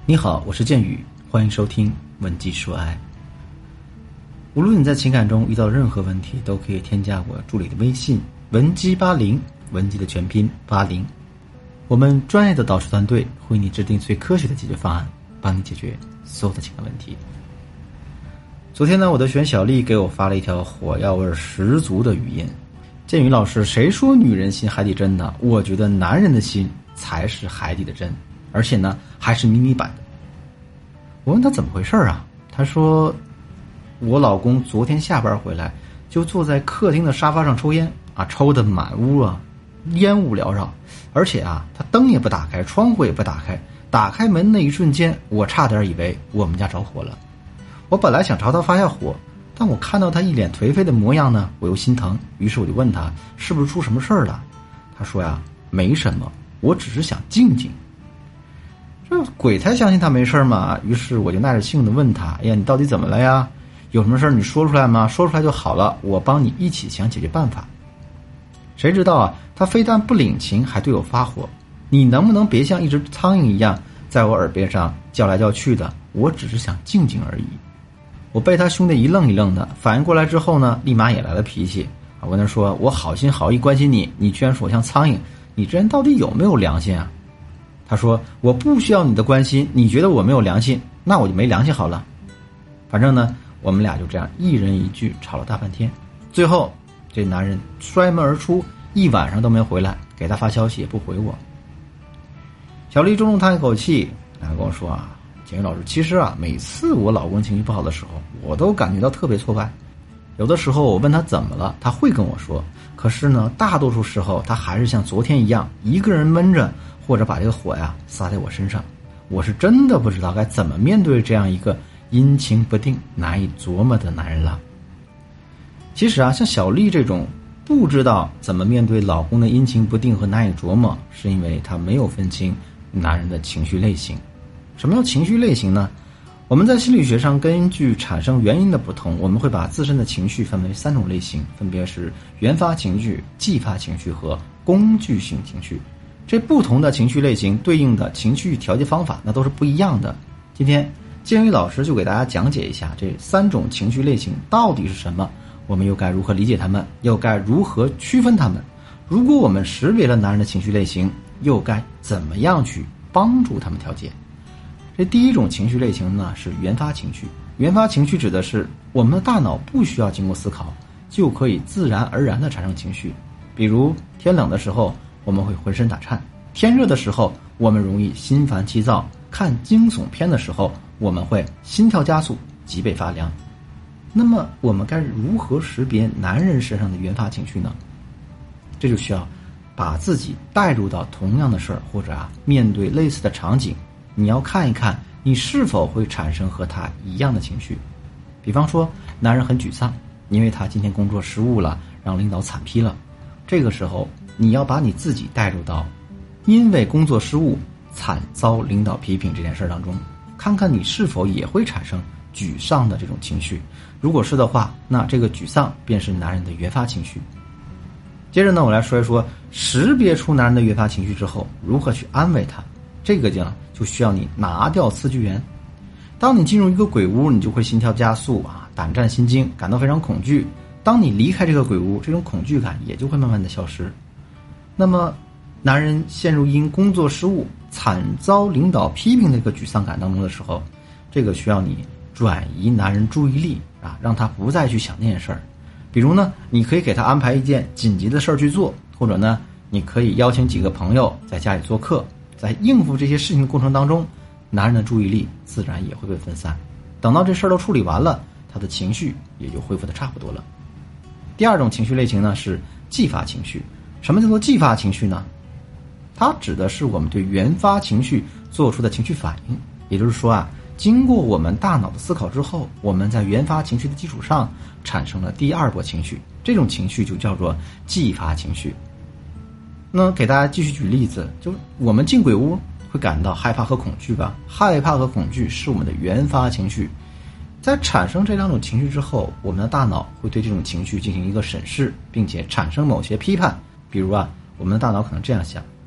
你好，我是建宇，欢迎收听文姬说爱。无论你在情感中遇到任何问题，都可以添加我助理的微信文姬80，文姬的全拼80。我们专业的导师团队会为你制定最科学的解决方案，帮你解决所有的情感问题。昨天呢，我的学员小丽给我发了一条火药味十足的语音。建宇老师，谁说女人心海底针呢？我觉得男人的心才是海底的针，而且呢还是迷你版的。我问他怎么回事啊？他说我老公昨天下班回来就坐在客厅的沙发上抽烟啊，抽得满屋啊，烟雾缭绕，而且啊他灯也不打开，窗户也不打开，打开门那一瞬间，我差点以为我们家着火了。我本来想朝他发下火，但我看到他一脸颓废的模样呢，我又心疼，于是我就问他是不是出什么事儿了。他说呀，没什么，我只是想静静。这鬼才相信他没事嘛。于是我就耐着性子问他，哎呀，你到底怎么了呀？有什么事儿你说出来吗？说出来就好了，我帮你一起想解决办法。谁知道啊，他非但不领情，还对我发火。你能不能别像一只苍蝇一样在我耳边上叫来叫去的？我只是想静静而已。我被他凶得一愣一愣的，反应过来之后呢，立马也来了脾气。我跟他说，我好心好意关心你，你居然说我像苍蝇，你这人到底有没有良心啊？他说我不需要你的关心，你觉得我没有良心，那我就没良心好了。反正呢，我们俩就这样一人一句吵了大半天。最后这男人摔门而出，一晚上都没回来，给他发消息也不回我。小丽重重叹一口气，然后跟我说啊，建宇老师，其实啊，每次我老公情绪不好的时候，我都感觉到特别挫败。有的时候我问他怎么了，他会跟我说，可是呢，大多数时候他还是像昨天一样，一个人闷着，或者把这个火呀撒在我身上。我是真的不知道该怎么面对这样一个阴晴不定、难以琢磨的男人了。其实啊，像小丽这种不知道怎么面对老公的阴晴不定和难以琢磨，是因为她没有分清男人的情绪类型。什么叫情绪类型呢？我们在心理学上根据产生原因的不同，我们会把自身的情绪分为3种类型，分别是原发情绪、继发情绪和工具性情绪。这不同的情绪类型对应的情绪调节方法那都是不一样的。今天建宇老师就给大家讲解一下这3种情绪类型到底是什么，我们又该如何理解他们，又该如何区分他们。如果我们识别了男人的情绪类型，又该怎么样去帮助他们调节。这第一种情绪类型呢是原发情绪。原发情绪指的是我们的大脑不需要经过思考，就可以自然而然地产生情绪。比如天冷的时候我们会浑身打颤，天热的时候我们容易心烦气躁，看惊悚片的时候我们会心跳加速，脊背发凉。那么我们该如何识别男人身上的原发情绪呢？这就需要把自己带入到同样的事儿，或者面对类似的场景，你要看一看你是否会产生和他一样的情绪。比方说男人很沮丧，因为他今天工作失误了，让领导惨批了。这个时候你要把你自己带入到因为工作失误惨遭领导批评这件事当中，看看你是否也会产生沮丧的这种情绪。如果是的话，那这个沮丧便是男人的原发情绪。接着呢，我来说一说识别出男人的原发情绪之后如何去安慰他。这个就需要你拿掉词句源。当你进入一个鬼屋，你就会心跳加速胆战心惊，感到非常恐惧。当你离开这个鬼屋，这种恐惧感也就会慢慢的消失。那么男人陷入因工作失误惨遭领导批评的一个沮丧感当中的时候，这个需要你转移男人注意力让他不再去想那件事儿。比如呢，你可以给他安排一件紧急的事儿去做，或者呢，你可以邀请几个朋友在家里做客。在应付这些事情的过程当中，男人的注意力自然也会被分散。等到这事儿都处理完了，他的情绪也就恢复的差不多了。第二种情绪类型呢是继发情绪。什么叫做继发情绪呢？它指的是我们对原发情绪做出的情绪反应。也就是说经过我们大脑的思考之后，我们在原发情绪的基础上产生了第二波情绪，这种情绪就叫做继发情绪。那给大家继续举例子，就是我们进鬼屋会感到害怕和恐惧吧？害怕和恐惧是我们的原发情绪。在产生这2种情绪之后，我们的大脑会对这种情绪进行一个审视，并且产生某些批判。比如我们的大脑可能这样想，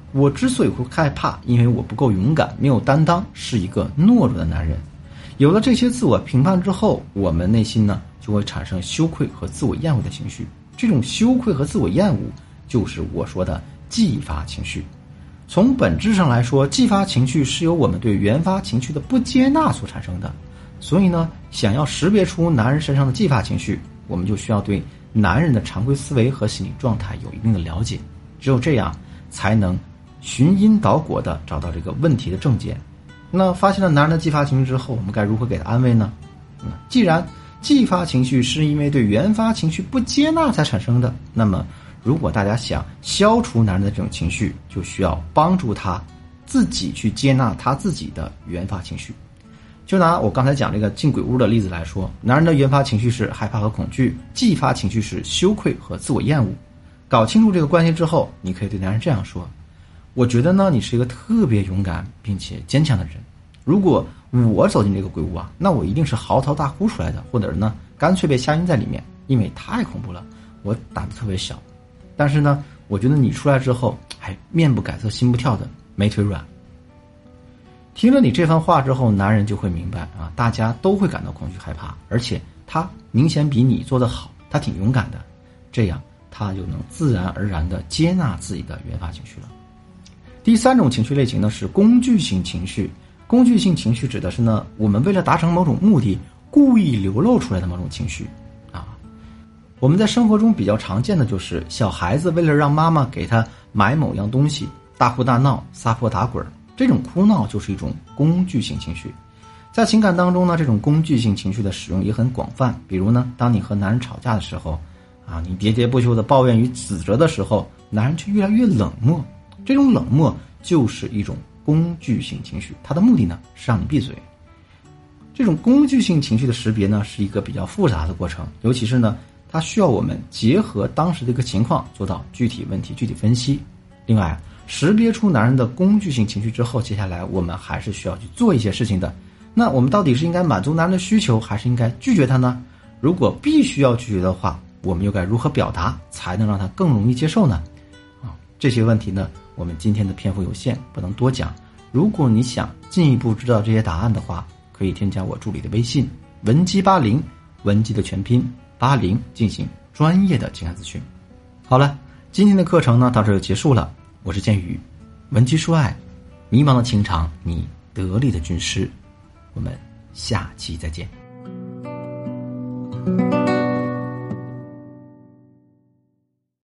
我之所以会害怕，因为我不够勇敢，没有担当，是一个懦弱的男人。有了这些自我评判之后，我们内心呢就会产生羞愧和自我厌恶的情绪。这种羞愧和自我厌恶就是我说的继发情绪。从本质上来说，继发情绪是由我们对原发情绪的不接纳所产生的。所以呢，想要识别出男人身上的继发情绪，我们就需要对男人的常规思维和心理状态有一定的了解。只有这样才能寻因导果的找到这个问题的症结。那发现了男人的继发情绪之后，我们该如何给他安慰呢？既然继发情绪是因为对原发情绪不接纳才产生的，那么如果大家想消除男人的这种情绪，就需要帮助他自己去接纳他自己的原发情绪。就拿我刚才讲这个进鬼屋的例子来说，男人的原发情绪是害怕和恐惧，继发情绪是羞愧和自我厌恶。搞清楚这个关系之后，你可以对男人这样说：我觉得呢，你是一个特别勇敢并且坚强的人。如果我走进这个鬼屋啊，那我一定是嚎啕大哭出来的，或者呢，干脆被吓晕在里面，因为太恐怖了，我胆子特别小。但是呢，我觉得你出来之后，还面不改色心不跳的，没腿软。听了你这番话之后，男人就会明白啊，大家都会感到恐惧害怕，而且他明显比你做得好，他挺勇敢的，这样他就能自然而然地接纳自己的原发情绪了。第三种情绪类型呢是工具性情绪。工具性情绪指的是呢，我们为了达成某种目的，故意流露出来的某种情绪啊。我们在生活中比较常见的就是小孩子为了让妈妈给他买某样东西，大哭大闹、撒泼打滚，这种哭闹就是一种工具性情绪。在情感当中呢，这种工具性情绪的使用也很广泛。比如呢，当你和男人吵架的时候啊，你喋喋不休的抱怨与指责的时候，男人却越来越冷漠。这种冷漠就是一种工具性情绪，它的目的呢是让你闭嘴。这种工具性情绪的识别呢是一个比较复杂的过程，尤其是呢，它需要我们结合当时的一个情况做到具体问题具体分析。另外，识别出男人的工具性情绪之后，接下来我们还是需要去做一些事情的。那我们到底是应该满足男人的需求，还是应该拒绝他呢？如果必须要拒绝的话，我们又该如何表达才能让他更容易接受呢？这些问题呢，我们今天的篇幅有限，不能多讲。如果你想进一步知道这些答案的话，可以添加我助理的微信文姬80，文姬的全拼80，进行专业的情感咨询。好了，今天的课程呢到这就结束了。我是建宇，文姬说爱，迷茫的情场，你得力的军师。我们下期再见。